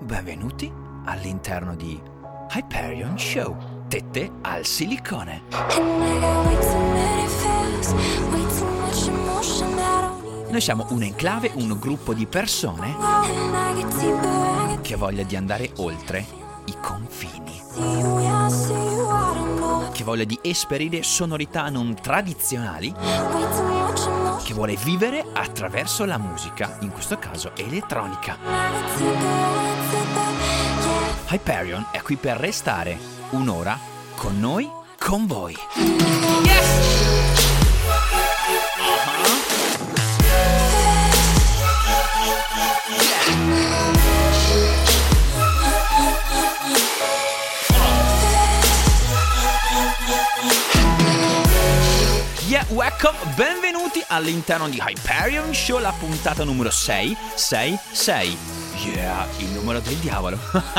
benvenuti all'interno di Hyperion Show, tette al silicone. Noi siamo un enclave, un gruppo di persone che ha voglia di andare oltre i confini, che voglia di esperire sonorità non tradizionali, che vuole vivere attraverso la musica, in questo caso elettronica. Hyperion è qui per restare un'ora con noi, con voi. Yes! Yeah, welcome, benvenuti all'interno di Hyperion Show, la puntata numero 666. Yeah, il numero del diavolo.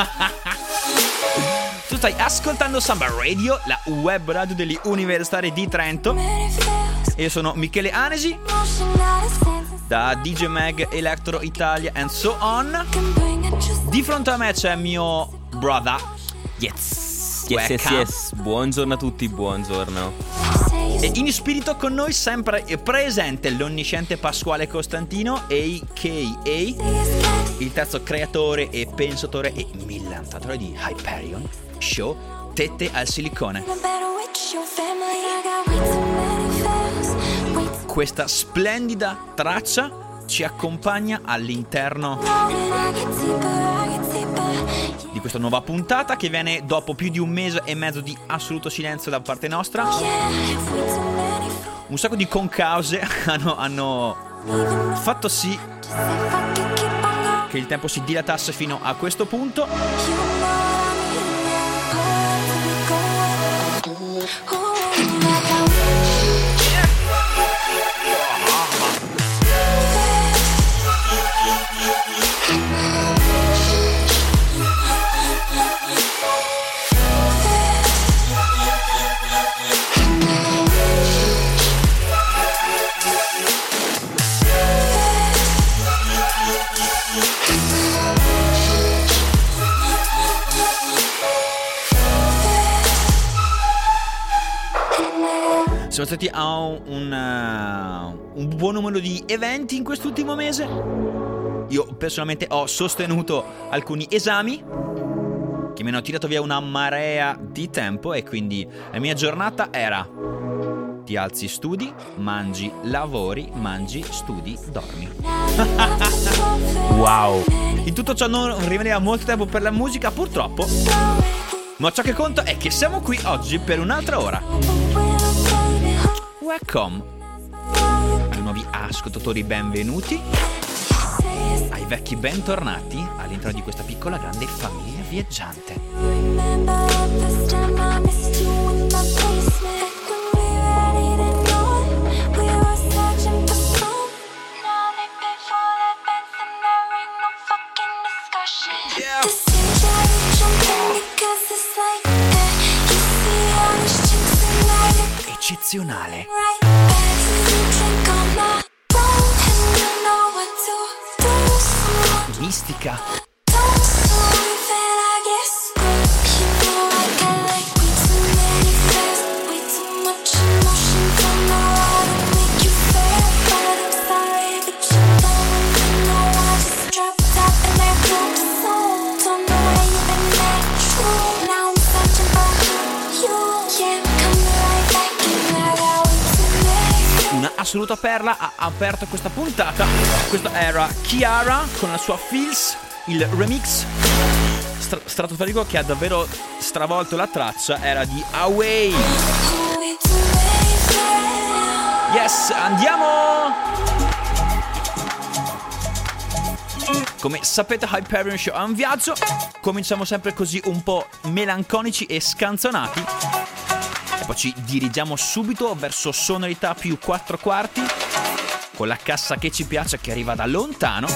Tu stai ascoltando Samba Radio, la web radio degli universitari di Trento. Io sono Michele Anesi, da DJ Mag, Electro Italia and so on. Di fronte a me c'è mio brother. Yes. Buongiorno a tutti, buongiorno. E in spirito con noi sempre presente l'onnisciente Pasquale Costantino, a.k.a. il terzo creatore e pensatore e millantatore di Hyperion Show, tette al silicone. Questa splendida traccia ci accompagna all'interno di questa nuova puntata che viene dopo più di un mese e mezzo di assoluto silenzio da parte nostra. Un sacco di concause hanno fatto sì che il tempo si dilatasse fino a questo punto. Siamo stati a un buon numero di eventi in quest'ultimo mese. Io personalmente ho sostenuto alcuni esami che mi hanno tirato via una marea di tempo e quindi la mia giornata era: ti alzi, studi, mangi, lavori, mangi, studi, dormi. Wow. In tutto ciò non rimaneva molto tempo per la musica, purtroppo. Ma ciò che conta è che siamo qui oggi per un'altra ora. Welcome ai nuovi ascoltatori, benvenuti, ai vecchi bentornati all'interno di questa piccola grande famiglia viaggiante. Eccezionale. Mistica. Assoluta perla ha aperto questa puntata. Questa era Chiara con la sua Feels, il remix stratosferico che ha davvero stravolto la traccia, era di Away. Yes, andiamo! Come sapete, Hyperion Show è un viaggio. Cominciamo sempre così un po' melanconici e scanzonati, poi ci dirigiamo subito verso sonorità più 4/4 con la cassa che ci piace, che arriva da lontano.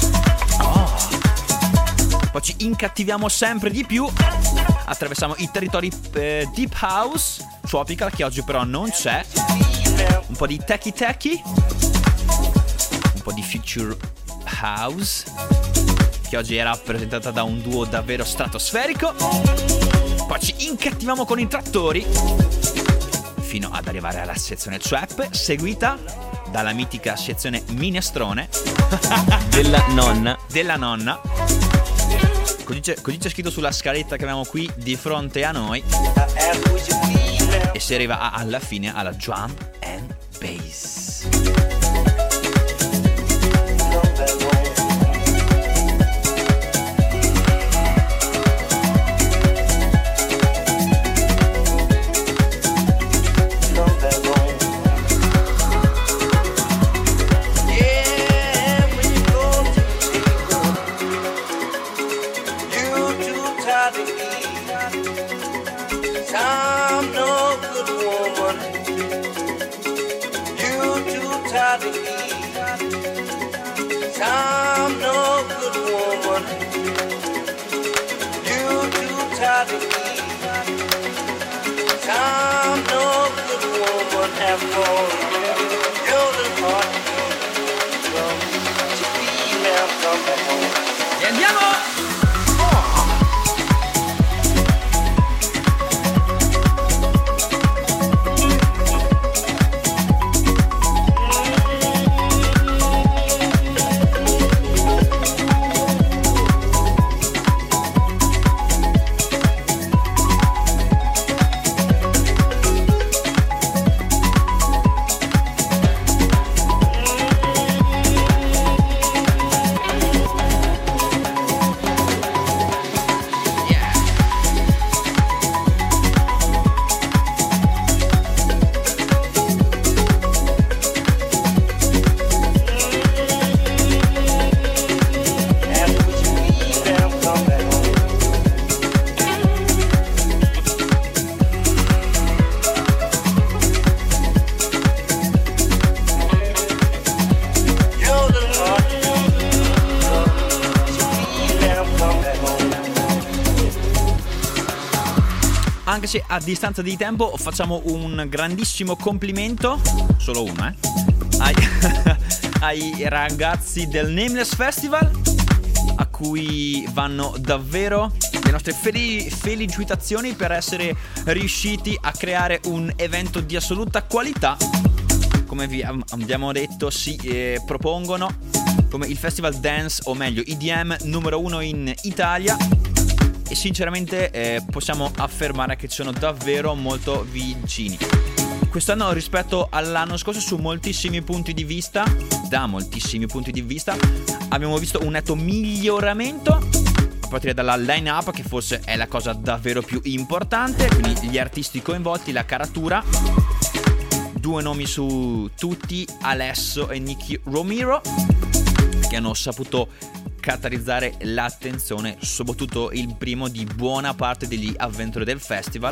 Poi ci incattiviamo sempre di più, attraversiamo i territori deep house, tropical, che oggi però non c'è, un po' di techie, un po' di future house, che oggi è rappresentata da un duo davvero stratosferico. Poi ci incattiviamo con i trattori fino ad arrivare alla sezione trap, seguita dalla mitica sezione minestrone Della nonna. Così c'è scritto sulla scaletta che abbiamo qui di fronte a noi. E si arriva alla fine alla drum and bass. E andiamo! Anche se a distanza di tempo facciamo un grandissimo complimento, solo uno, ai ragazzi del Nameless Festival, a cui vanno davvero le nostre felicitazioni per essere riusciti a creare un evento di assoluta qualità. Come vi abbiamo detto, si propongono come il festival dance, o meglio EDM numero 1 in Italia. E sinceramente possiamo affermare che sono davvero molto vicini quest'anno rispetto all'anno scorso su moltissimi punti di vista. Da moltissimi punti di vista abbiamo visto un netto miglioramento a partire dalla line up, che forse è la cosa davvero più importante, quindi gli artisti coinvolti, la caratura. 2 nomi su tutti, Alesso e Nicky Romero, che hanno saputo catalizzare l'attenzione, soprattutto il primo, di buona parte degli avventori del festival.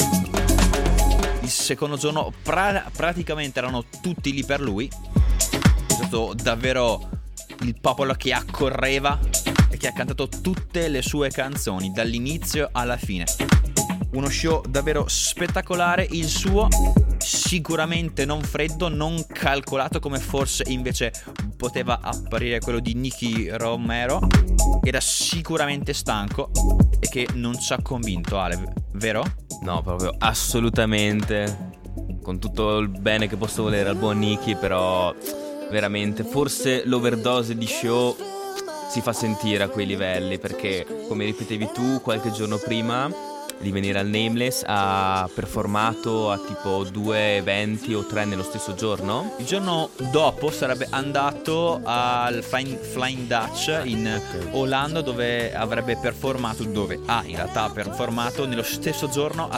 Il secondo giorno praticamente erano tutti lì per lui. È stato davvero il popolo che accorreva e che ha cantato tutte le sue canzoni dall'inizio alla fine. Uno show davvero spettacolare il suo, sicuramente non freddo, non calcolato come forse invece poteva apparire quello di Nicky Romero. Era sicuramente stanco e che non ci ha convinto, Ale, vero? No, proprio assolutamente. Con tutto il bene che posso volere al buon Nicky, però veramente forse l'overdose di show si fa sentire a quei livelli, perché come ripetevi tu, qualche giorno prima di venire al Nameless ha performato a tipo 2 eventi o 3 nello stesso giorno. Il giorno dopo sarebbe andato al Flying Dutch in Olanda, dove avrebbe performato, dove ha in realtà performato nello stesso giorno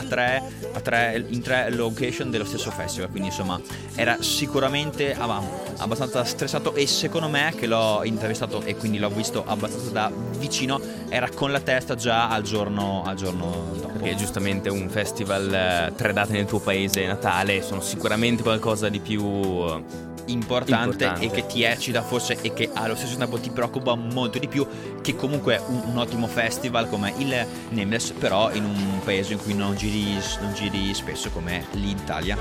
in 3 location dello stesso festival. Quindi insomma era sicuramente abbastanza stressato, e secondo me, che l'ho intervistato e quindi l'ho visto abbastanza da vicino, era con la testa già al giorno dopo. Perché giustamente un festival 3 date nel tuo paese natale sono sicuramente qualcosa di più importante e che ti eccita forse, e che allo stesso tempo ti preoccupa molto di più che comunque un ottimo festival come il Nameless, però in un paese in cui non giri spesso come l'Italia.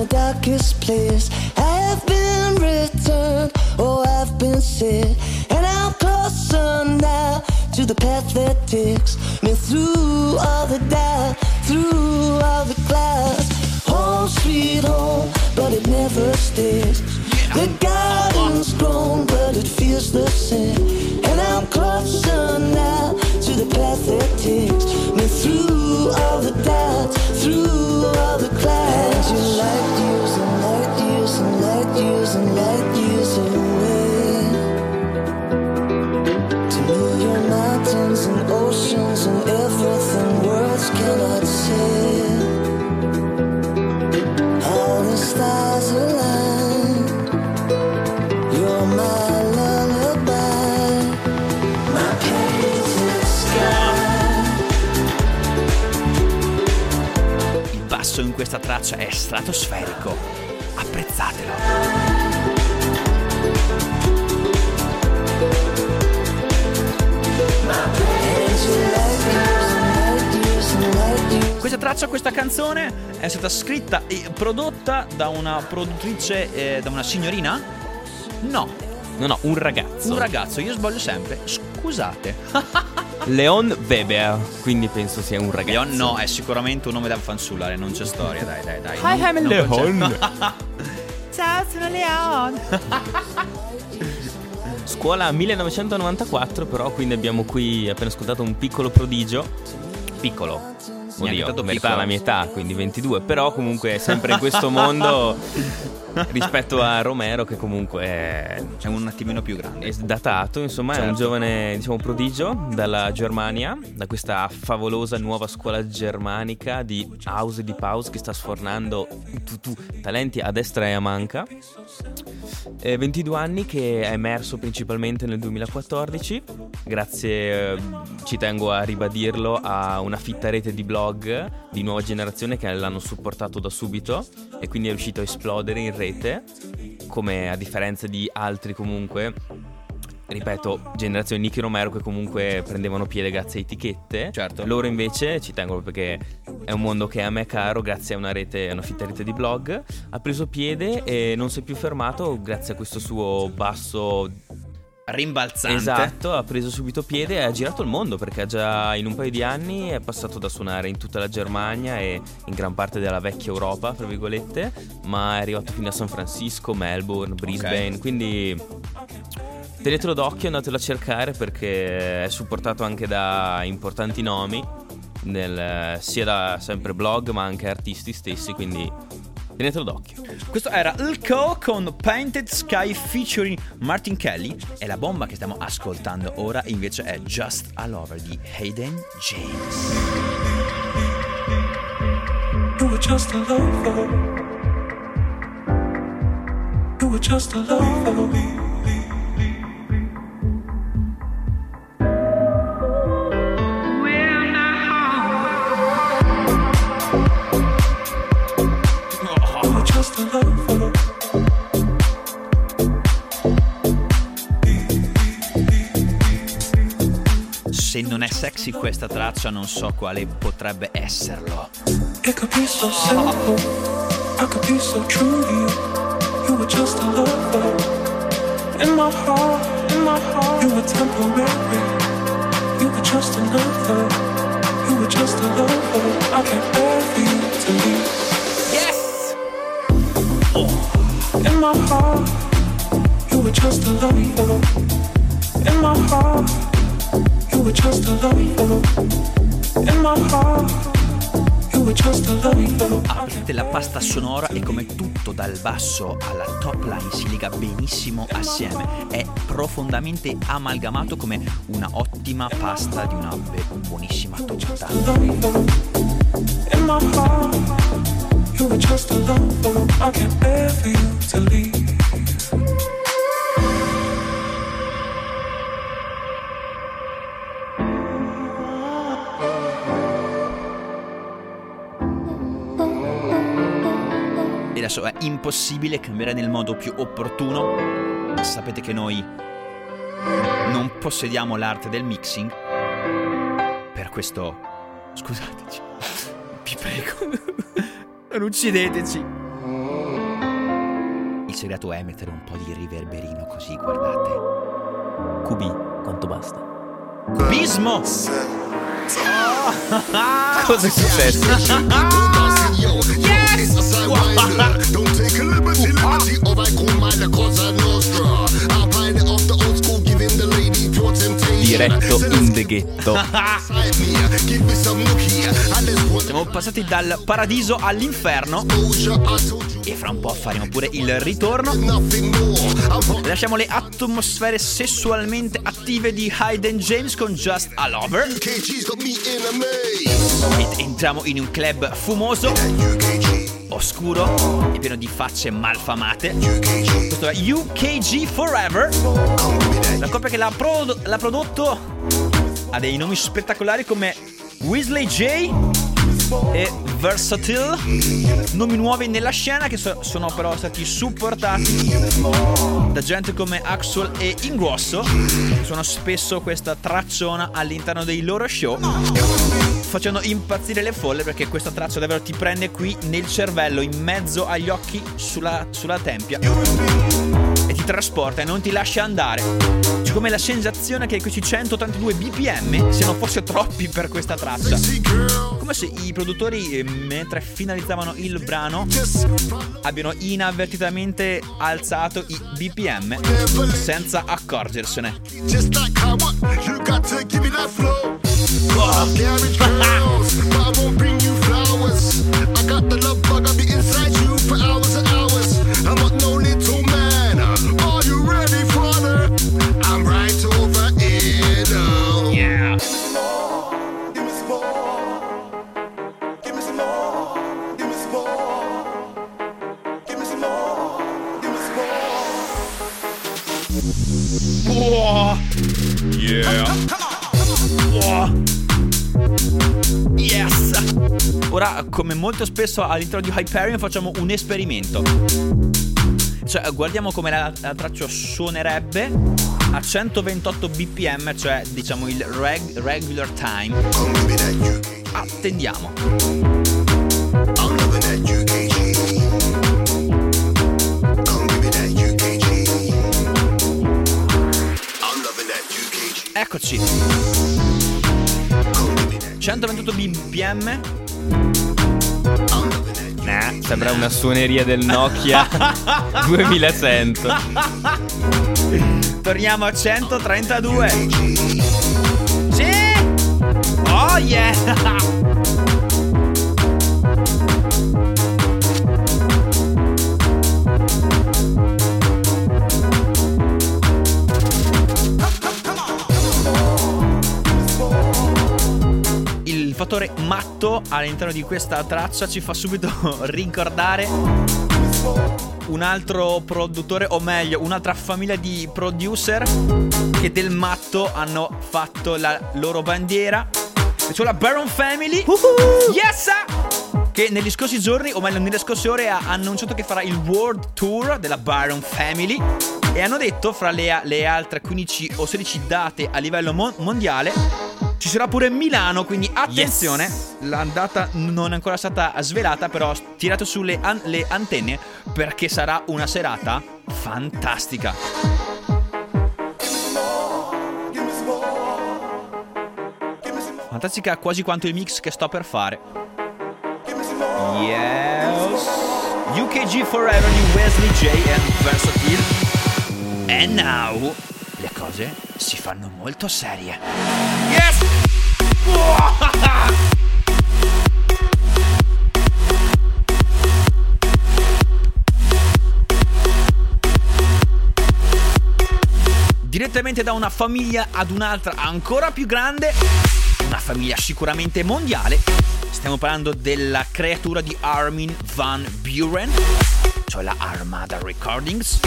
darkest place. I have been returned, oh, I've been set, and I'm closer now to the path that takes me through all the doubt, through all the clouds. Home sweet home, but it never stays. The garden's grown, but it feels the same, and I'm closer now to the path that takes me through all the doubts, through all the clouds. And you light years and light years and light years and light years away. To me you're mountains and oceans and everything words cannot say. All the stars align, you're my lullaby, my painted sky. Il basso in questa traccia è stratosferico, apprezzatelo. Questa traccia, questa canzone è stata scritta e prodotta da una produttrice, da una signorina? No, un ragazzo. un ragazzo, io sbaglio sempre, scusate. Leon Weber, quindi penso sia un ragazzo. Leon no, è sicuramente un nome da fanciullare, non c'è storia, dai. Hi, I'm Leon. Ciao, sono Leon. Scuola 1994, però, quindi abbiamo qui appena ascoltato un piccolo prodigio. Piccolo. Neanche tanto in verità piccolo. la mia età, quindi 22, però comunque è sempre in questo mondo rispetto a Romero, che comunque È un attimino più grande. è datato, insomma, è un Certo. giovane, diciamo, prodigio dalla Germania, da questa favolosa nuova scuola germanica di house e di house che sta sfornando talenti a destra e a manca. 22 anni, che è emerso principalmente nel 2014 grazie, ci tengo a ribadirlo, a una fitta rete di blog di nuova generazione che l'hanno supportato da subito, e quindi è riuscito a esplodere in rete, come a differenza di altri, comunque, ripeto, generazione Nicky Romero, che comunque prendevano piede grazie a etichette. Certo. Loro invece, ci tengo perché è un mondo che a me è caro, grazie a una fitta rete di blog, ha preso piede e non si è più fermato grazie a questo suo basso Rimbalzante. esatto, ha preso subito piede e ha girato il mondo, perché già in un paio di anni è passato da suonare in tutta la Germania e in gran parte della vecchia Europa, tra virgolette, ma è arrivato fino a San Francisco, Melbourne, Brisbane, quindi tenetelo d'occhio, andatelo a cercare, perché è supportato anche da importanti nomi sia da sempre blog ma anche artisti stessi, quindi tenetelo d'occhio. Questo era il Co con Painted Sky featuring Martin Kelly, e la bomba che stiamo ascoltando ora invece è Just a Lover di Hayden James. You were just a lover. You were just a lover. You were just a lover. Se non è sexy questa traccia, non so quale potrebbe esserlo. It could be so simple, I could be so true to you. You were just a lover. In my heart, you were temporary. You were just another. You were just a lover. I can't bear for you to leave. Yes! In my heart, you were just a lover. In my heart, you were just a lover. In my heart, you were just a lover. Aprite la pasta sonora e come tutto dal basso alla top line si lega benissimo assieme. È profondamente amalgamato come una ottima pasta di una buonissima torta. In my heart, you were just a lover. I can't bear for you to leave. E adesso è impossibile cambiare nel modo più opportuno. Sapete che noi non possediamo l'arte del mixing. Per questo, scusateci, vi prego, non uccideteci. segreto è mettere un po' di riverberino così, guardate. QB, quanto basta? Cubismo! Cosa è successo? Diretto in the ghetto. Siamo passati dal paradiso all'inferno e fra un po' faremo pure il ritorno. Lasciamo le atmosfere sessualmente attive di Hayden James con Just a Lover ed entriamo in un club fumoso, oscuro e pieno di facce malfamate. Questo è UKG Forever. La coppia che l'ha prodotto ha dei nomi spettacolari come Weasley J e Versatile, nomi nuovi nella scena che sono però stati supportati da gente come Axwell e Ingrosso, che suonano spesso questa tracciona all'interno dei loro show, facendo impazzire le folle, perché questa traccia davvero ti prende qui nel cervello, in mezzo agli occhi, sulla tempia, e ti trasporta e non ti lascia andare. C'è come la sensazione che questi 182 bpm siano forse troppi per questa traccia, come se i produttori, mentre finalizzavano il brano, abbiano inavvertitamente alzato i bpm senza accorgersene. Ora, come molto spesso all'interno di Hyperion, facciamo un esperimento. Cioè, guardiamo come la traccia suonerebbe a 128 bpm, cioè diciamo il regular time. Attendiamo. Eccoci. 128 bpm. Sembra una suoneria del Nokia 2100. Torniamo a 132. Sì! Oh yeah! Il fattore matto all'interno di questa traccia ci fa subito ricordare un altro produttore, o meglio un'altra famiglia di producer che del matto hanno fatto la loro bandiera, cioè la Baron Family. Yes! Che negli scorsi giorni, o meglio nelle scorse ore, ha annunciato che farà il World Tour della Baron Family, e hanno detto fra le altre 15 o 16 date a livello mondiale ci sarà pure Milano, quindi attenzione. Yes. La data non è ancora stata svelata, però tirate su le antenne, perché sarà una serata fantastica. Fantastica quasi quanto il mix che sto per fare. Yes. UKG Forever di Weasley J and Versatile. And now le cose si fanno molto serie. Yes! Direttamente da una famiglia ad un'altra ancora più grande, una famiglia sicuramente mondiale. Stiamo parlando della creatura di Armin van Buuren, cioè la Armada Recordings,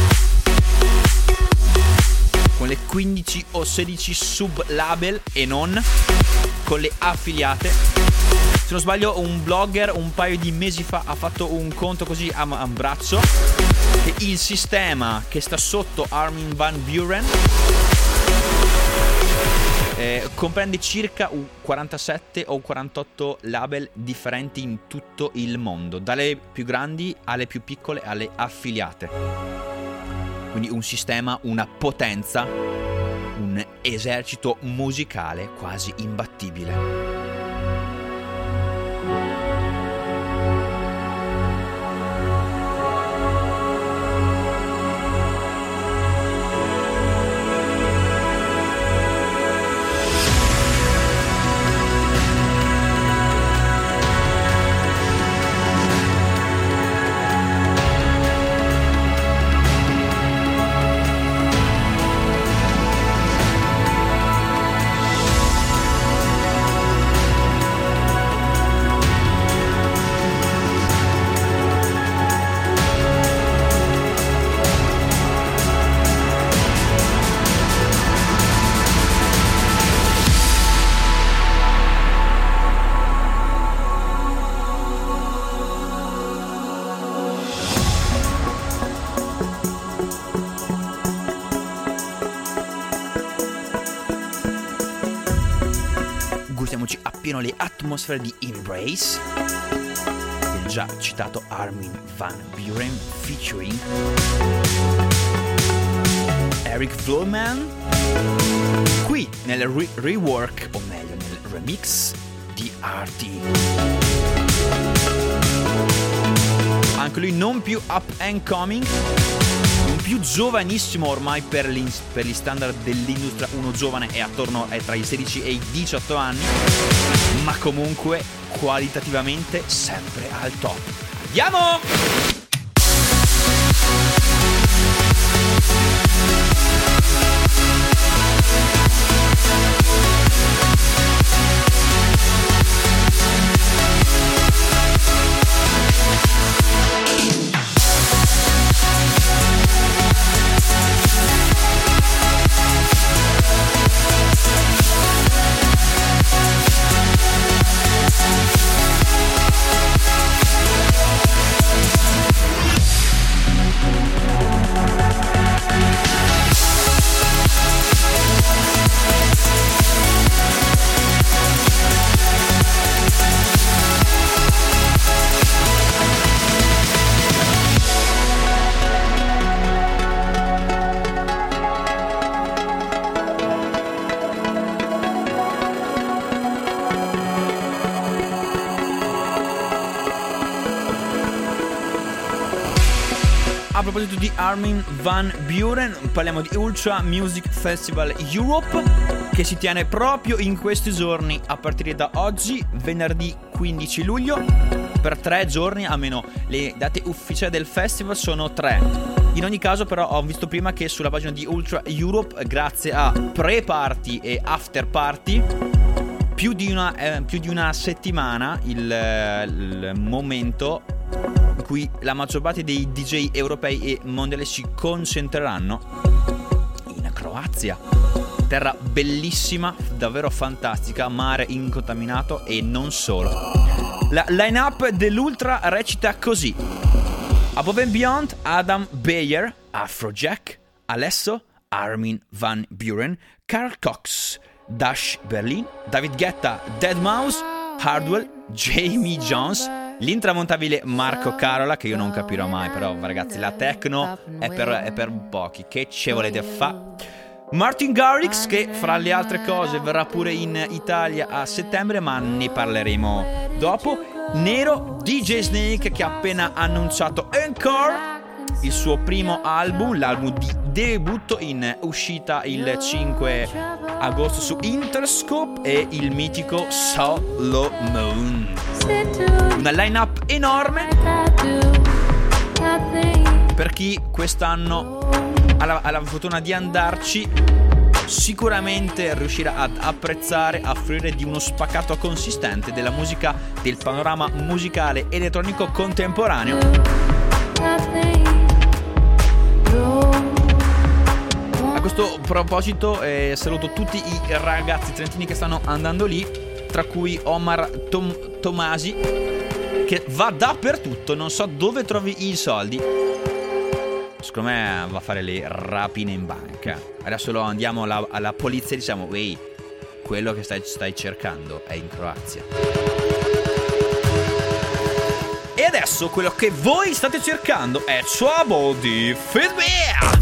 con le 15 o 16 sub-label e non, con le affiliate. Se non sbaglio, un blogger un paio di mesi fa ha fatto un conto così a braccio, che il sistema che sta sotto Armin van Buuren comprende circa 47 o 48 label differenti in tutto il mondo, dalle più grandi alle più piccole alle affiliate. Quindi un sistema, una potenza, un esercito musicale quasi imbattibile. Gustiamoci appieno le atmosfere di Embrace, il già citato Armin van Buuren featuring Eric Vloeman, qui nel rework, o meglio nel remix di Artie. Anche lui non più up and coming, non più giovanissimo ormai per gli standard dell'industria. Uno giovane è tra i 16 e i 18 anni, ma comunque qualitativamente sempre al top. Andiamo! A proposito di Armin van Buuren, parliamo di Ultra Music Festival Europe, che si tiene proprio in questi giorni a partire da oggi, venerdì 15 luglio, per 3 giorni, almeno le date ufficiali del festival sono 3. In ogni caso però ho visto prima che sulla pagina di Ultra Europe, grazie a pre-party e after party, più di una settimana il momento in cui la maggior parte dei DJ europei e mondiali si concentreranno in Croazia. Terra bellissima, davvero fantastica, mare incontaminato e non solo. La line-up dell'Ultra recita così: Above and Beyond, Adam Beyer, Afrojack, Alesso, Armin van Buuren, Carl Cox, Dash Berlin, David Guetta, Deadmau5, Hardwell, Jamie Jones, l'intramontabile Marco Carola, che io non capirò mai, però ragazzi la techno è per pochi, che ci volete fa', Martin Garrix, che fra le altre cose verrà pure in Italia a settembre, ma ne parleremo dopo, Nero, DJ Snake, che ha appena annunciato Encore, il suo primo album, l'album di debutto, in uscita il 5 agosto su Interscope, e il mitico Solo Moon. Una line-up enorme per chi quest'anno ha la fortuna di andarci. Sicuramente riuscirà ad apprezzare, a fruire di uno spaccato consistente della musica, del panorama musicale elettronico contemporaneo. A questo proposito saluto tutti i ragazzi trentini che stanno andando lì, tra cui Omar Tomasi, che va dappertutto, non so dove trovi i soldi. Secondo me va a fare le rapine in banca. Adesso lo andiamo alla polizia e diciamo: ehi, quello che stai cercando è in Croazia. E adesso quello che voi state cercando è Trouble di Feed Me.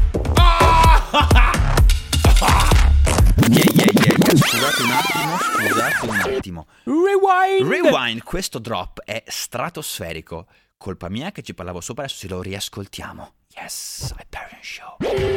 Scusate un attimo. Rewind. Questo drop è stratosferico. Colpa mia che ci parlavo sopra, adesso se lo riascoltiamo. Yes, Hyperion Show.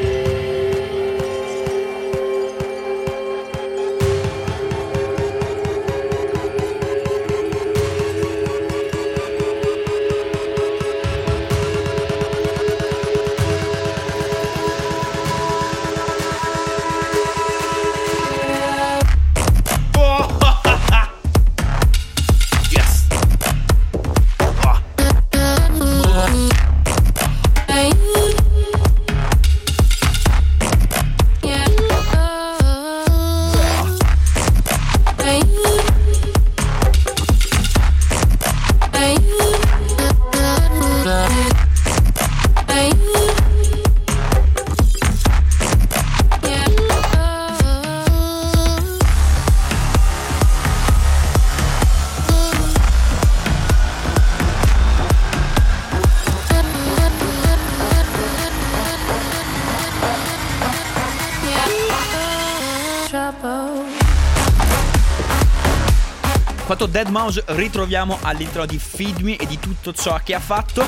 Quanto Deadmau5 ritroviamo all'interno di Feed Me e di tutto ciò che ha fatto.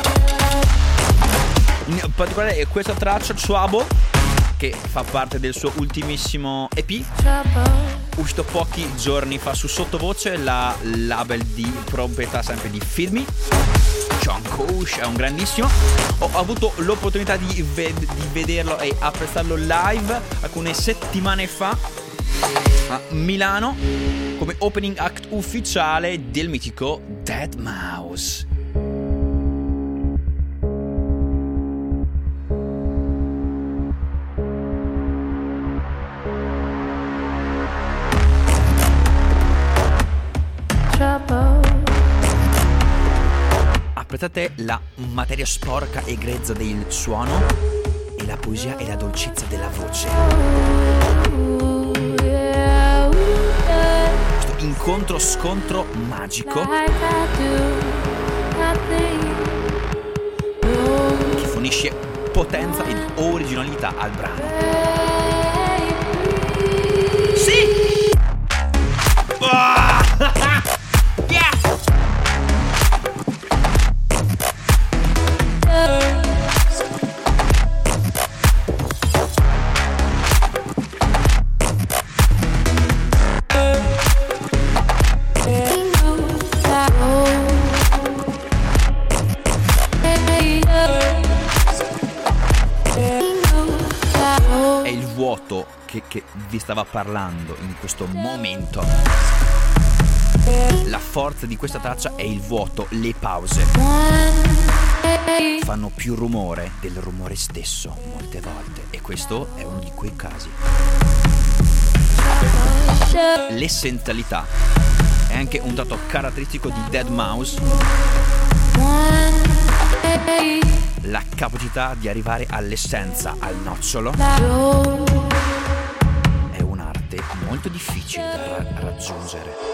In particolare questa traccia Trouble, che fa parte del suo ultimissimo EP, uscito pochi giorni fa su Sottovoce, la label di proprietà sempre di Feed Me. John Coach è un grandissimo. Ho avuto l'opportunità di vederlo e apprezzarlo live alcune settimane fa a Milano come opening act ufficiale del mitico Deadmau5. Apprezzate la materia sporca e grezza del suono e la poesia e la dolcezza della voce. Incontro scontro magico che fornisce potenza ed originalità al brano. Sì! Yeah! Che vi stava parlando in questo momento. La forza di questa traccia è il vuoto, le pause fanno più rumore del rumore stesso molte volte, e questo è uno di quei casi. L'essenzialità è anche un dato caratteristico di Deadmau5, la capacità di arrivare all'essenza, al nocciolo, è un'arte molto difficile da raggiungere.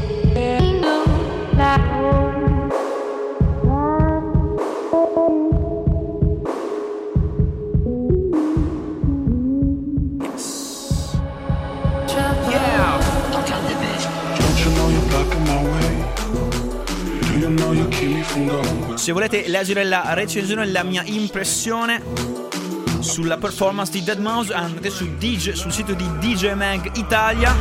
Se volete leggere la recensione, la mia impressione sulla performance di Deadmau5, andate sul sito di DJ Mag Italia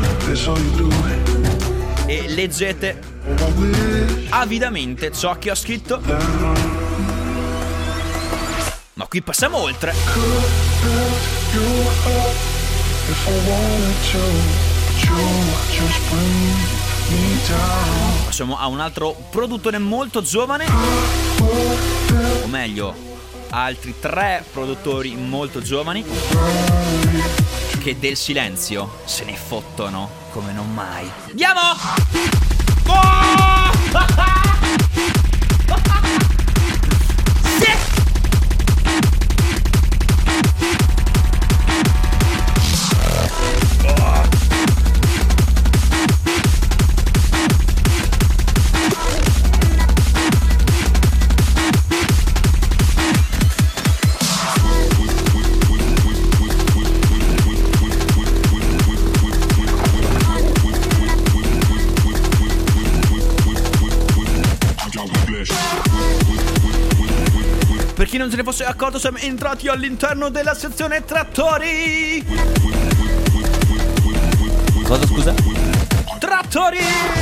e leggete avidamente ciò che ho scritto. Ma qui passiamo oltre. Passiamo a un altro produttore molto giovane, o meglio altri 3 produttori molto giovani che del silenzio se ne fottono come non mai. Andiamo! Per chi non se ne fosse accorto, siamo entrati all'interno della sezione trattori. Cosa, scusa? Trattori!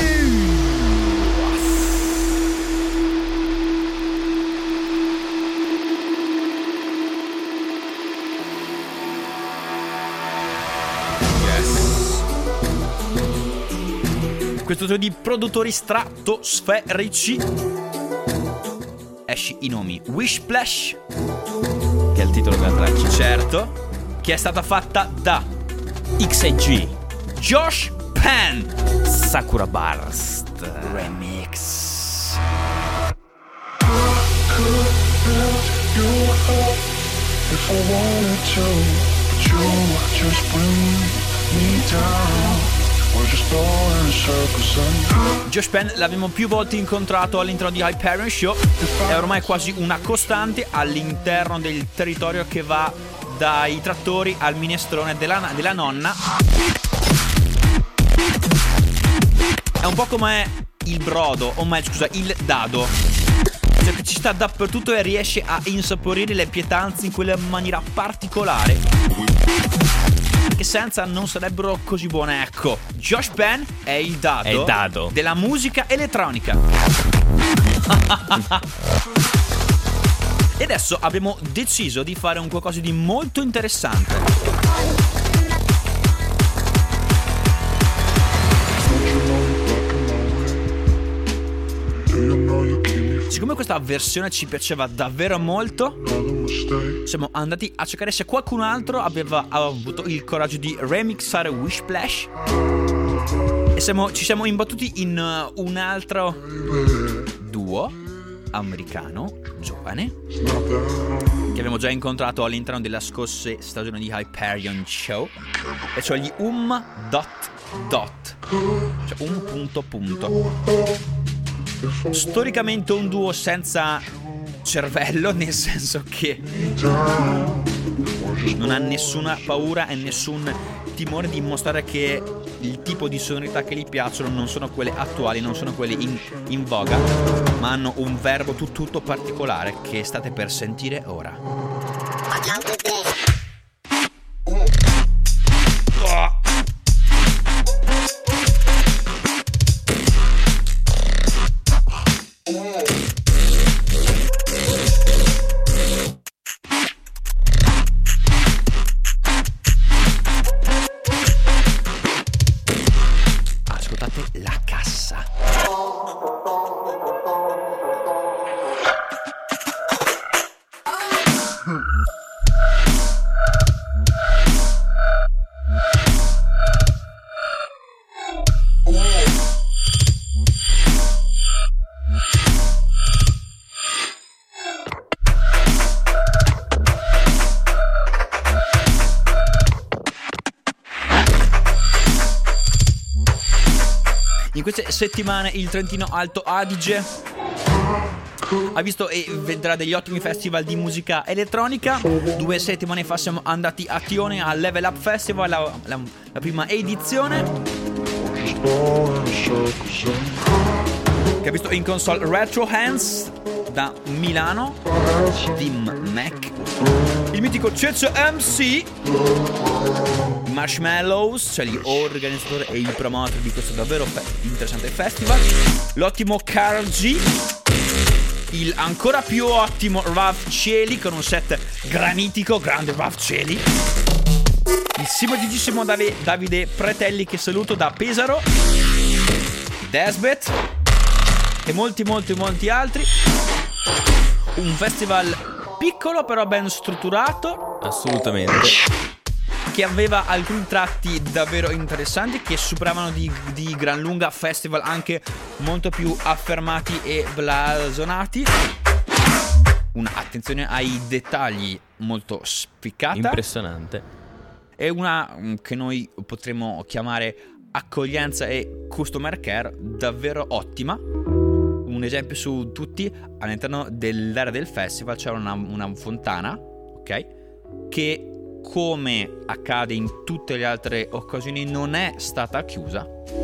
Questo trio di produttori stratosferici esce i nomi Wishplash, Che è il titolo della traccia. certo, che è stata fatta da XG Josh Penn Sakura Burst. Remix. If I wanted to, but you just bring me down. We're just going circles and Josh Penn l'abbiamo più volte incontrato all'interno di Hyperion Show. È ormai quasi una costante all'interno del territorio che va dai trattori al minestrone della nonna. È un po' come il brodo, o meglio scusa, il dado. Cioè che ci sta dappertutto e riesce a insaporire le pietanze in quella maniera particolare che senza non sarebbero così buone. Ecco, Josh Penn è il dado, È il dado della musica elettronica. E adesso abbiamo deciso di fare un qualcosa di molto interessante. Siccome questa versione ci piaceva davvero molto, siamo andati a cercare se qualcun altro aveva avuto il coraggio di remixare Wishplash. E ci siamo imbattuti in un altro duo americano giovane che abbiamo già incontrato all'interno della scorsa stagione di Hyperion Show, e cioè gli cioè un punto punto. Storicamente un duo senza cervello, nel senso che non ha nessuna paura e nessun timore di mostrare che il tipo di sonorità che gli piacciono non sono quelle attuali, non sono quelle in voga, ma hanno un verbo tutto particolare che state per sentire ora. In queste settimane il Trentino Alto Adige ha visto e vedrà degli ottimi festival di musica elettronica. 2 settimane fa siamo andati a Tione al Level Up Festival, la prima edizione, che ha visto in console Retro Hands da Milano, Dim Mac, il mitico Cece MC, Marshmallows, cioè gli organizzatori e il promoter di questo davvero interessante festival, l'ottimo Karl G, il ancora più ottimo Ralph Cieli con un set granitico, grande Ralph Cieli, il simpaticissimo Davide Pretelli, che saluto, da Pesaro, Desbet e molti altri. Un festival piccolo però ben strutturato, assolutamente, che aveva alcuni tratti davvero interessanti che superavano di gran lunga festival anche molto più affermati e blasonati. Una attenzione ai dettagli molto spiccata, impressionante, e una che noi potremmo chiamare accoglienza e customer care davvero ottima. Un esempio su tutti: all'interno dell'area del festival c'era una fontana, ok, che, come accade in tutte le altre occasioni, non è stata chiusa,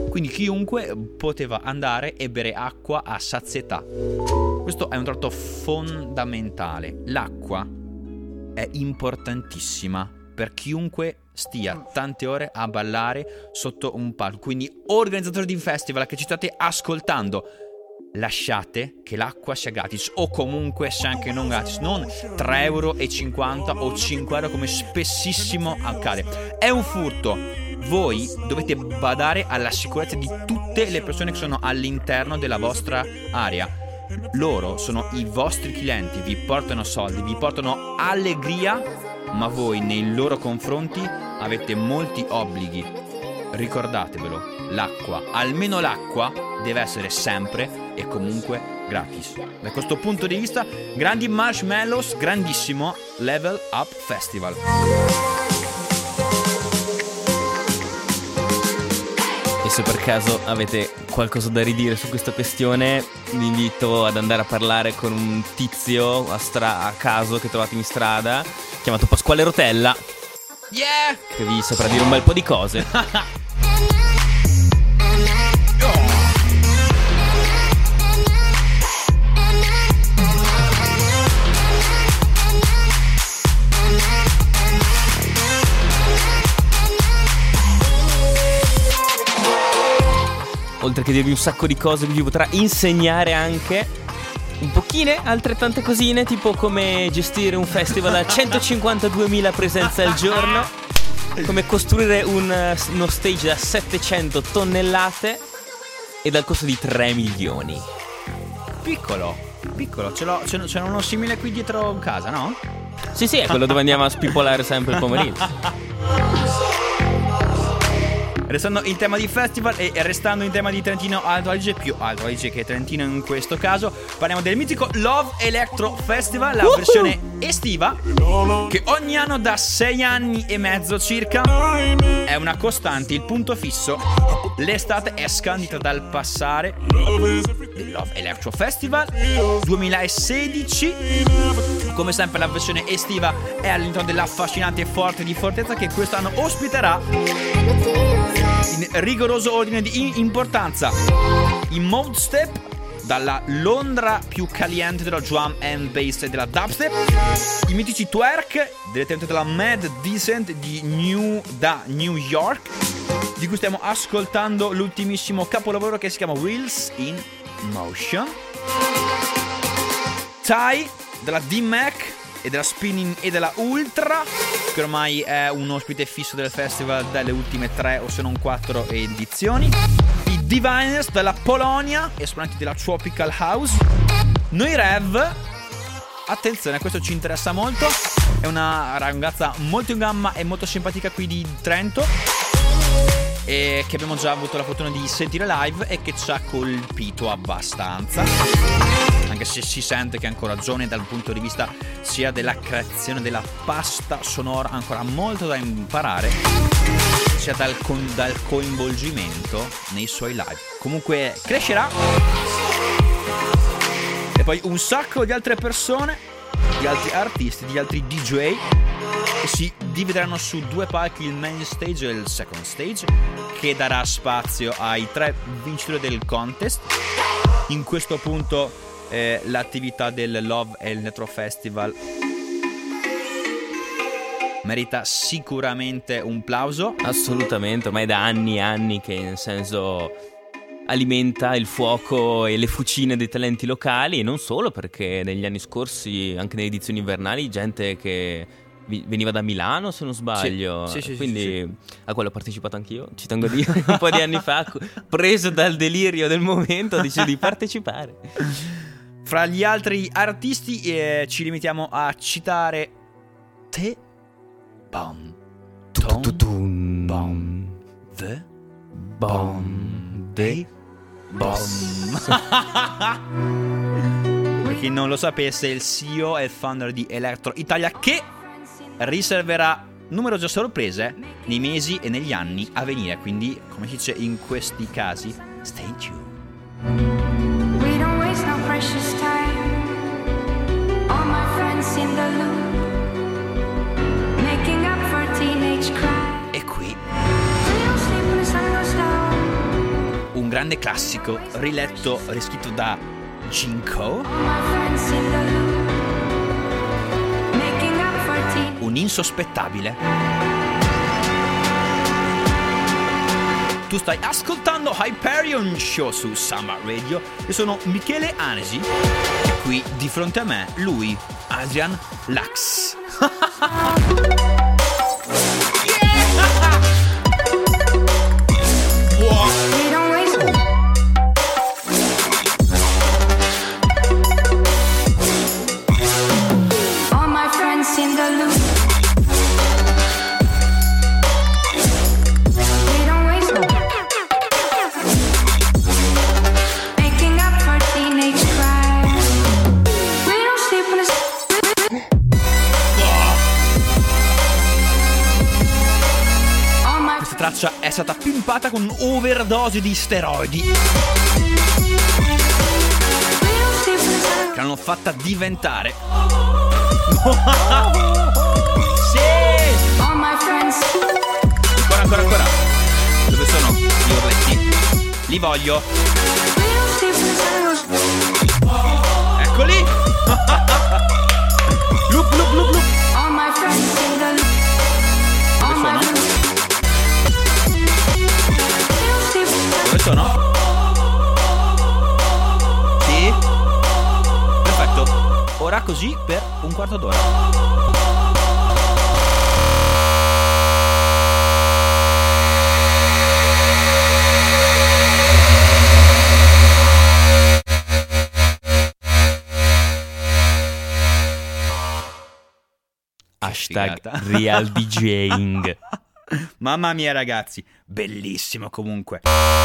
quindi chiunque poteva andare e bere acqua a sazietà. Questo è un tratto fondamentale. L'acqua è importantissima per chiunque stia tante ore a ballare sotto un palco. Quindi organizzatori di festival che ci state ascoltando, lasciate che l'acqua sia gratis, o comunque sia anche non gratis, non 3,50 € o 5 € come spessissimo accade. È un furto. Voi dovete badare alla sicurezza di tutte le persone che sono all'interno della vostra area. Loro sono i vostri clienti, vi portano soldi, vi portano allegria, ma voi nei loro confronti avete molti obblighi. Ricordatevelo, l'acqua, almeno l'acqua, deve essere sempre e comunque gratis. Da questo punto di vista, grandi Marshmallows, grandissimo Level Up Festival. E se per caso avete qualcosa da ridire su questa questione, vi invito ad andare a parlare con un tizio a caso che trovate in strada, chiamato Pasquale Rotella, Yeah! che vi saprà dire un bel po' di cose. Oltre che dirvi un sacco di cose, vi potrà insegnare anche un pochino altrettante cosine, tipo come gestire un festival a 152.000 presenze al giorno, come costruire uno stage da 700 tonnellate e dal costo di 3 milioni. Piccolo, c'è uno simile qui dietro casa, no? Sì, è quello dove andiamo a spippolare sempre il pomeriggio. Restando in tema di festival e restando in tema di Trentino Alto Adige, più Alto Adige che Trentino in questo caso, parliamo del mitico Love Electro Festival, la versione estiva, che ogni anno da 6 anni e mezzo circa è una costante, il punto fisso. L'estate è scandita dal passare del Love Electro Festival 2016. Come sempre la versione estiva è all'interno dell'affascinante Forte di Fortezza, che quest'anno ospiterà, in rigoroso ordine di importanza, in Mode Step, dalla Londra più caliente della drum and bass e della dubstep, i mitici Twerk direttamente dalla Mad Decent da New York, di cui stiamo ascoltando l'ultimissimo capolavoro che si chiama Wheels in Motion, Ty della D-Mac e della Spinning e della Ultra, che ormai è un ospite fisso del festival dalle ultime 3 o se non 4 edizioni, i Diviners dalla Polonia, esponenti della Tropical House, Noi Rev, attenzione, questo ci interessa molto, è una ragazza molto in gamma e molto simpatica qui di Trento, e che abbiamo già avuto la fortuna di sentire live e che ci ha colpito abbastanza, anche se si sente che è ancora giovane dal punto di vista sia della creazione della pasta sonora, ancora molto da imparare, sia dal coinvolgimento nei suoi live. Comunque crescerà. E poi un sacco di altre persone, di altri artisti, di altri DJ, che si divideranno su 2 palchi, il main stage e il second stage, che darà spazio ai 3 vincitori del contest. In questo punto l'attività del Love Electro Festival merita sicuramente un plauso. Assolutamente, ormai da anni e anni che, nel senso, alimenta il fuoco e le fucine dei talenti locali, e non solo, perché negli anni scorsi, anche nelle edizioni invernali, gente che veniva da Milano, se non sbaglio, sì, quindi a quello ho partecipato anch'io, ci tengo a dire, un po' di anni fa, preso dal delirio del momento, ho deciso di partecipare. Fra gli altri artisti ci limitiamo a citare The Bomb The Bomb The Bomb. Per chi non lo sapesse, il CEO e il founder di Electro Italia, che riserverà numerose sorprese nei mesi e negli anni a venire, quindi, come si dice in questi casi, stay tuned. We don't waste no precious time. All my friends in the loop, making up for teenage cry. E qui We don't sleep when the sun goes down. grande classico, riscritto da Jinko. Un insospettabile. Tu stai ascoltando Hyperion Show su Samba Radio. Io sono Michele Anesi e qui di fronte a me lui, Adrian Lux. Traccia è stata pimpata con un'overdose di steroidi che l'hanno fatta diventare sì! Ancora. Dove sono gli urletti? Li voglio. Eccoli. Loop. Dove sono? Dove sono? Sì. Perfetto. Ora così per un quarto d'ora. Hashtag Real DJing. Mamma mia ragazzi, bellissimo comunque.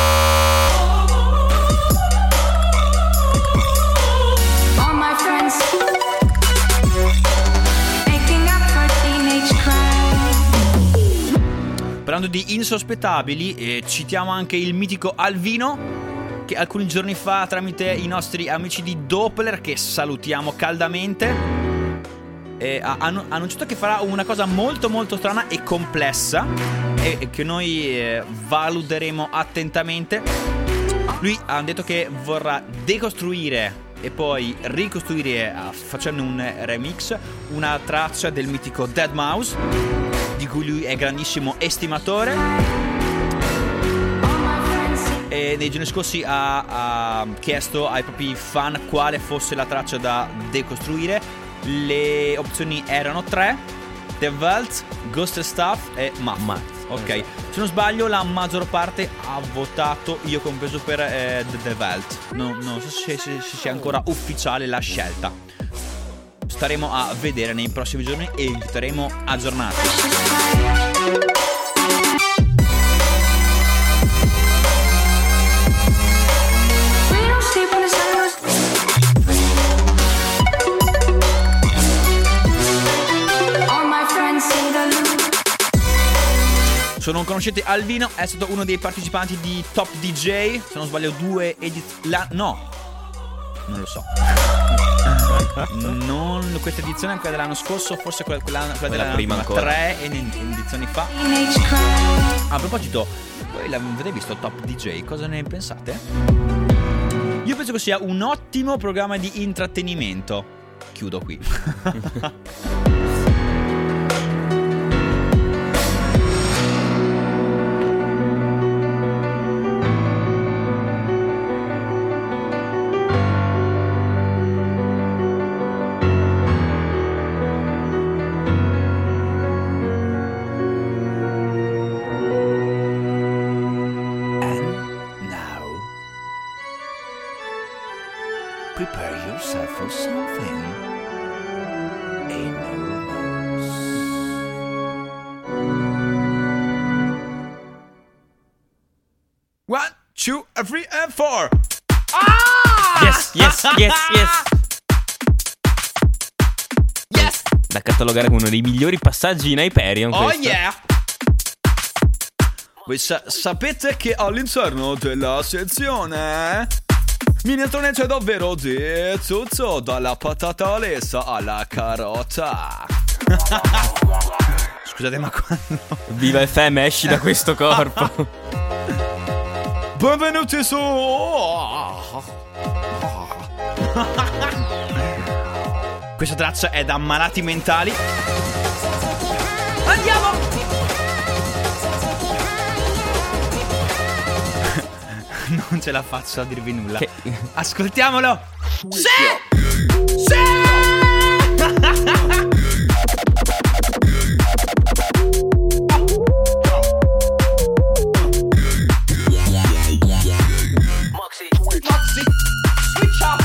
Parlando di insospettabili, citiamo anche il mitico Alvino, che alcuni giorni fa tramite i nostri amici di Doppler, che salutiamo caldamente, ha annunciato che farà una cosa molto molto strana e complessa e che noi valuteremo attentamente. Lui ha detto che vorrà decostruire e poi ricostruire, facendo un remix, una traccia del mitico Deadmau5, di cui lui è grandissimo estimatore. E nei giorni scorsi ha chiesto ai propri fan quale fosse la traccia da decostruire. Le opzioni erano 3: The Vault, Ghost Stuff e Math. Ok, se non sbaglio la maggior parte ha votato, io compreso, per The Vault. Non so se sia ancora ufficiale la scelta. Staremo a vedere nei prossimi giorni e vi terremo aggiornati. Se non conoscete Alvino, è stato uno dei partecipanti di Top DJ. Se non sbaglio 2 edizioni. No, non lo so. Non questa edizione, quella dell'anno scorso, forse quella della prima ancora. 3 edizioni fa. A proposito, voi l'avete visto Top DJ? Cosa ne pensate? Io penso che sia un ottimo programma di intrattenimento. Chiudo qui. Prepare yourself for something enormous. 1, 2, 3 and 4. Yes. Da catalogare come uno dei migliori passaggi in Hyperion. Oh questo. yeah. Voi sapete che all'interno della sezione Minestrone c'è davvero di tutto, dalla patata lessa alla carota. Scusate, ma quando... Viva FM, esci da questo corpo. Benvenuti su... Questa traccia è da malati mentali. Andiamo! Non ce la faccio a dirvi nulla. Ascoltiamolo. Sì! Sì! Moxie, switch up.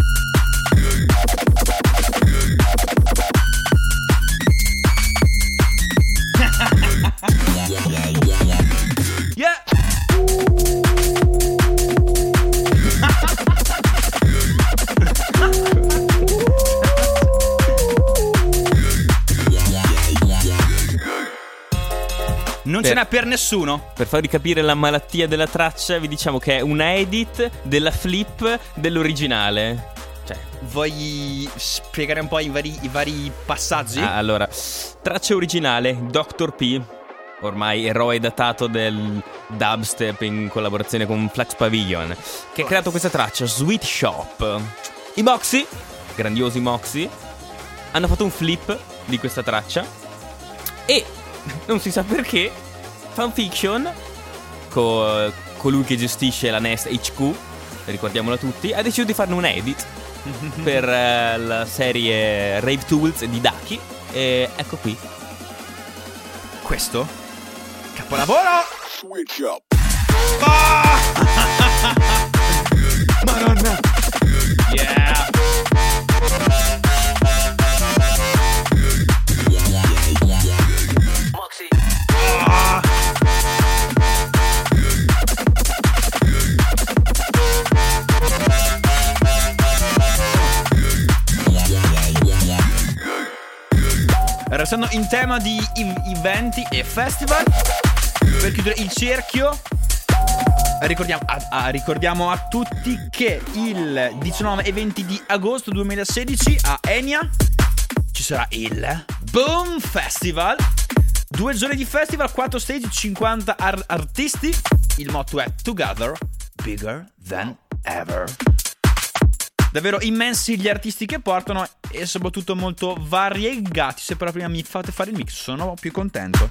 Yeah. Non ce n'è per nessuno. Per farvi capire la malattia della traccia, vi diciamo che è una edit della flip dell'originale. Cioè, vuoi spiegare un po' i vari passaggi? Allora, traccia originale, Dr. P, ormai eroe datato del dubstep in collaborazione con Flex Pavilion, che ha creato questa traccia, Sweet Shop. I Moxie, grandiosi Moxie, hanno fatto un flip di questa traccia e non si sa perché Fanfiction, colui che gestisce la NES HQ, ricordiamola tutti, ha deciso di farne un edit per la serie Rave Tools di Daki. E ecco qui questo capolavoro. Switch up. Madonna. Yeah. Restando in tema di eventi e festival, per chiudere il cerchio, ricordiamo a tutti che il 19 e 20 di agosto 2016 a Enya ci sarà il Boom Festival. 2 giorni di festival, 4 stage, 50 artisti. Il motto è Together, Bigger Than Ever. Davvero immensi gli artisti che portano e soprattutto molto variegati. Se però prima mi fate fare il mix sono più contento.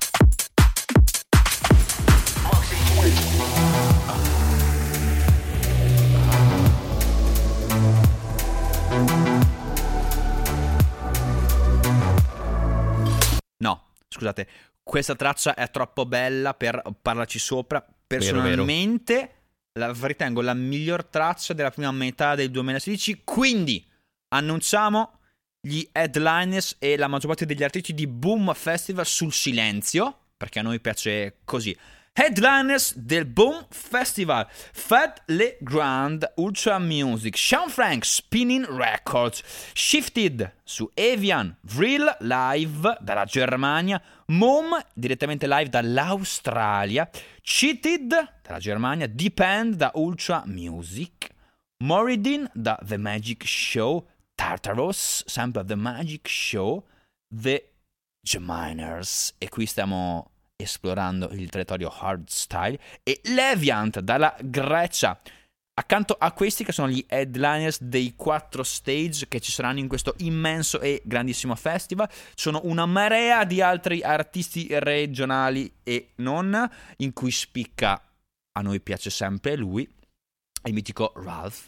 No, scusate, questa traccia è troppo bella per parlarci sopra. Personalmente la ritengo la miglior traccia della prima metà del 2016. Quindi annunciamo gli headliners e la maggior parte degli artisti di Boom Festival sul silenzio, perché a noi piace così. Headliners del Boom Festival: Fat Legrand, Ultra Music, Sean Frank, Spinning Records, Shifted su Evian, Vril live dalla Germania, Mom direttamente live dall'Australia, Cheated dalla Germania, Depend da Ultra Music, Moridin da The Magic Show, Tartaros sempre The Magic Show, The Geminers, e qui stiamo esplorando il territorio hardstyle, e Leviant dalla Grecia. Accanto a questi che sono gli headliners dei 4 stage che ci saranno in questo immenso e grandissimo festival, sono una marea di altri artisti regionali e non, in cui spicca, a noi piace sempre lui, il mitico Ralph.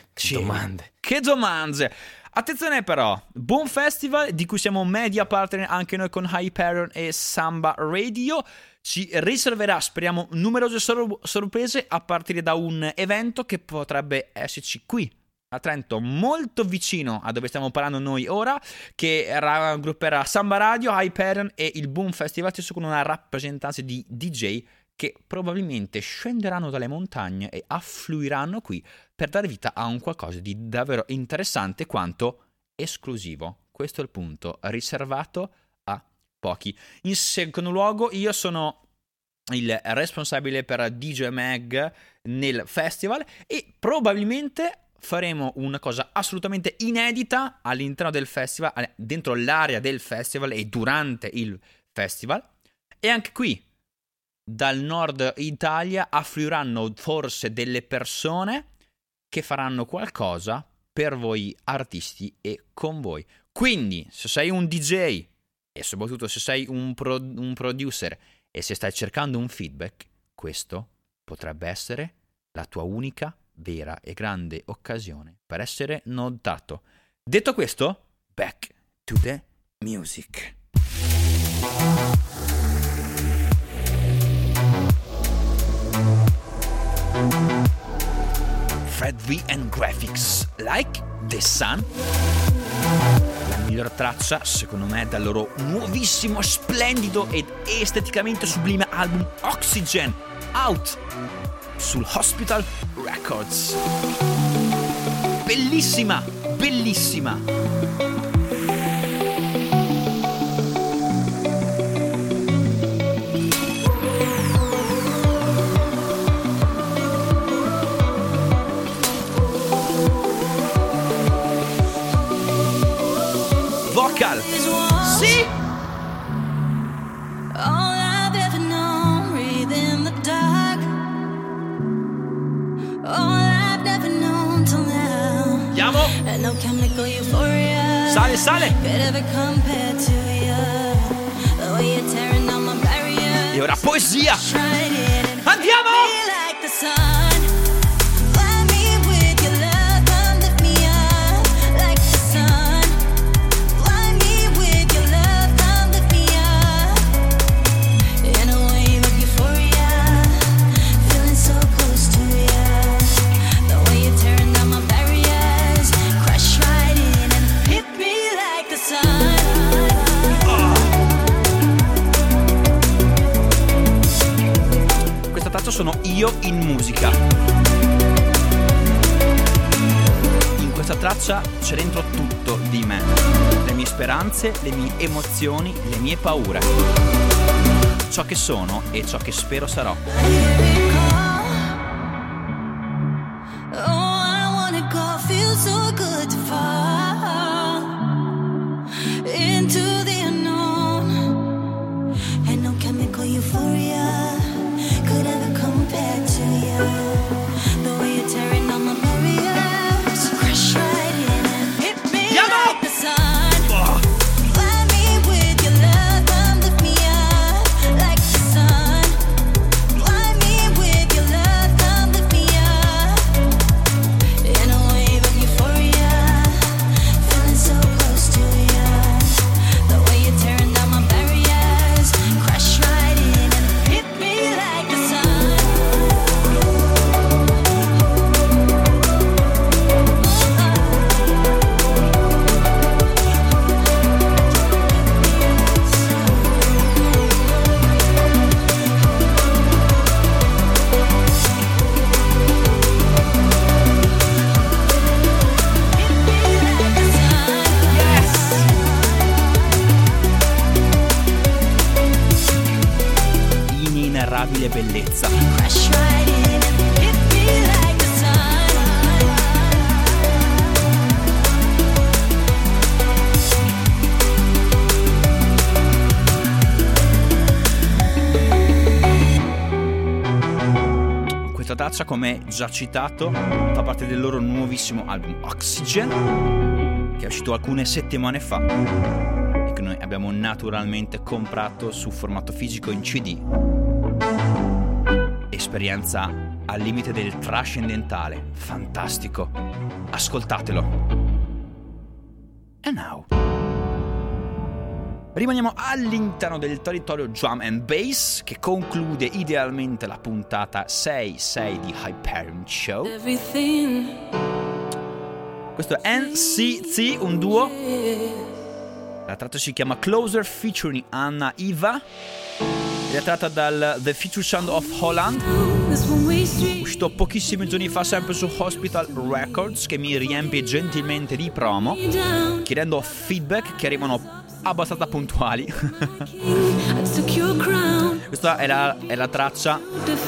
Che domande! Attenzione però, Boom Festival, di cui siamo media partner anche noi con Hyperion e Samba Radio, ci riserverà, speriamo, numerose sorprese a partire da un evento che potrebbe esserci qui a Trento, molto vicino a dove stiamo parlando noi ora, che raggrupperà Samba Radio, Hyperion e il Boom Festival, stesso con una rappresentanza di DJ che probabilmente scenderanno dalle montagne e affluiranno qui per dare vita a un qualcosa di davvero interessante quanto esclusivo. Questo è il punto, riservato a pochi. In secondo luogo, io sono il responsabile per DJ Mag nel festival e probabilmente faremo una cosa assolutamente inedita all'interno del festival, dentro l'area del festival e durante il festival. E anche qui dal nord Italia affluiranno forse delle persone che faranno qualcosa per voi artisti e con voi. Quindi, se sei un DJ e soprattutto se sei un producer e se stai cercando un feedback, questo potrebbe essere la tua unica, vera e grande occasione per essere notato. Detto questo, back to the music. Fred V and Graphics, Like the Sun. La miglior traccia, secondo me, dal loro nuovissimo, splendido ed esteticamente sublime album Oxygen, out sul Hospital Records. Bellissima, bellissima. Vocal. Sì. All I've ever known, breathe in the dark. All I've never known till now. Andiamo. And no chemical euphoria. Sale, sale. Could ever compare to you. The way you're tearing down my barriers. E ora poesia. Andiamo. Like the sun. Fly me with your love, come lift me up. Like the sun. Fly me with your love, come lift me up. In a wave of euphoria, feeling so close to you. The way you're tearing down my barriers, crash right in and hit me like the sun. Questa traccia sono io in musica. In questa traccia c'è dentro tutto di me. Le mie speranze, le mie emozioni, le mie paure. Ciò che sono e ciò che spero sarò. Oh, I wanna go, feel so good to fall into the unknown. And no chemical euphoria could ever compare to you. The way you're tearing down my barriers, crash right in and hit me like the sun. Fly me with your love, come lift me up like the sun. Fly me with your love, come lift me up. In a wave of euphoria, feeling so close to you. The way you're tearing down my barriers, crash right in and hit me like the sun. Inenarrabile bellezza. Crash right in and hit me like the sun. Questa traccia, come già citato, fa parte del loro nuovissimo album Oxygen, che è uscito alcune settimane fa e che noi abbiamo naturalmente comprato su formato fisico in CD. Esperienza al limite del trascendentale, fantastico. Ascoltatelo. And now rimaniamo all'interno del territorio drum and bass, che conclude idealmente la puntata 6 di Hyperion Show. Everything. Questo è NCT, un duo. La traccia si chiama Closer featuring Anna Iva. È tratta dal The Future Sound of Holland, uscito pochissimi giorni fa sempre su Hospital Records, che mi riempie gentilmente di promo, chiedendo feedback che arrivano abbastanza puntuali. Questa è la traccia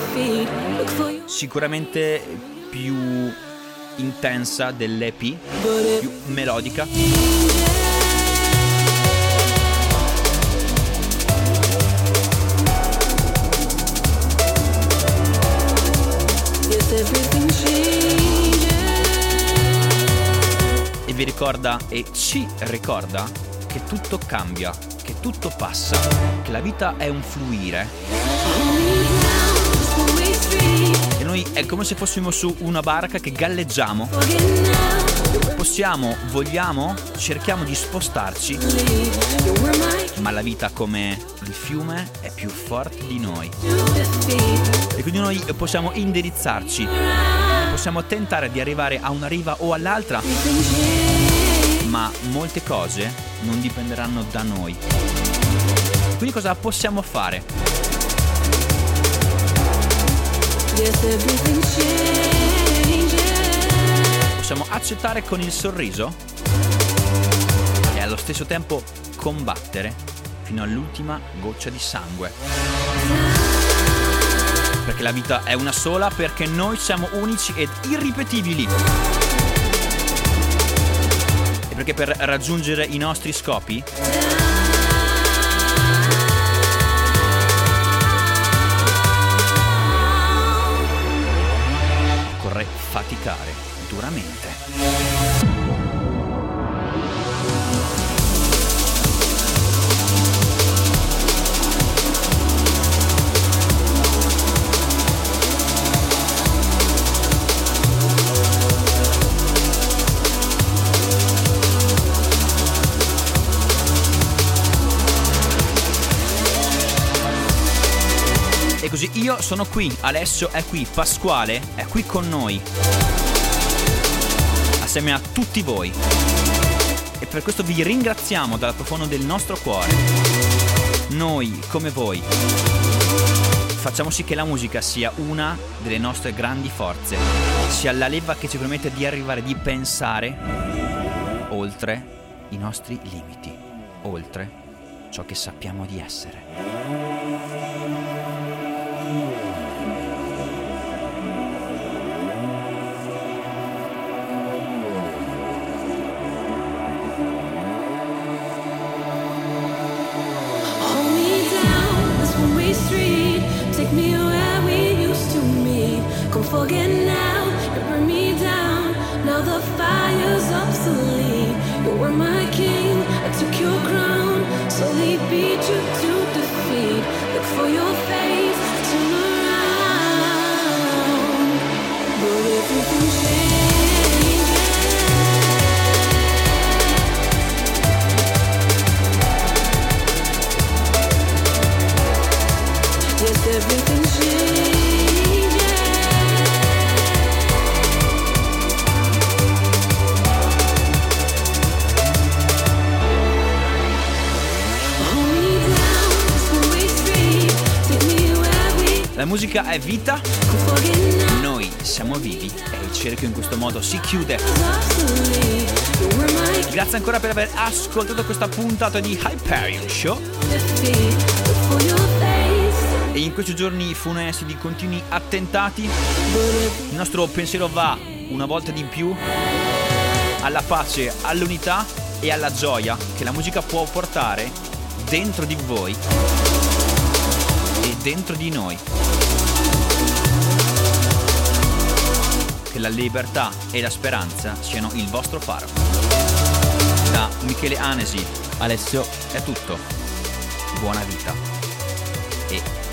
sicuramente più intensa dell'EP, più melodica. everything changes. E vi ricorda e ci ricorda che tutto cambia, che tutto passa, che la vita è un fluire. E noi è come se fossimo su una barca che galleggiamo. Possiamo, vogliamo, cerchiamo di spostarci, ma la vita come il fiume è più forte di noi. E quindi noi possiamo indirizzarci, possiamo tentare di arrivare a una riva o all'altra, ma molte cose non dipenderanno da noi. Quindi cosa possiamo fare? Possiamo accettare con il sorriso e allo stesso tempo combattere fino all'ultima goccia di sangue. Perché la vita è una sola, perché noi siamo unici ed irripetibili. E perché per raggiungere i nostri scopi occorre faticare duramente. E così io sono qui, Alessio è qui, Pasquale è qui con noi, assieme a tutti voi. E per questo vi ringraziamo dal profondo del nostro cuore. Noi, come voi, facciamo sì che la musica sia una delle nostre grandi forze, sia la leva che ci permette di arrivare, di pensare oltre i nostri limiti, oltre ciò che sappiamo di essere. Take me where we used to meet. Come forget now, you bring me down. Now the fire's obsolete. You were my king, I took your crown. Slowly beat you to defeat. Look for your face, turn around. But everything changes. Yes, everything changes. Hold me down, this one-way street. Take me where we La musica è vita, could forget now. noi siamo vivi e il cerchio in questo modo si chiude. Obsolete. You were my Grazie ancora per aver ascoltato questa puntata di Hyperion Show. defeat. Look for your face. E in questi giorni funesti di continui attentati, il nostro pensiero va una volta di più alla pace, all'unità e alla gioia che la musica può portare dentro di voi e dentro di noi. Che la libertà e la speranza siano il vostro faro. Da Michele Anesi, Alessio, è tutto. Buona vita e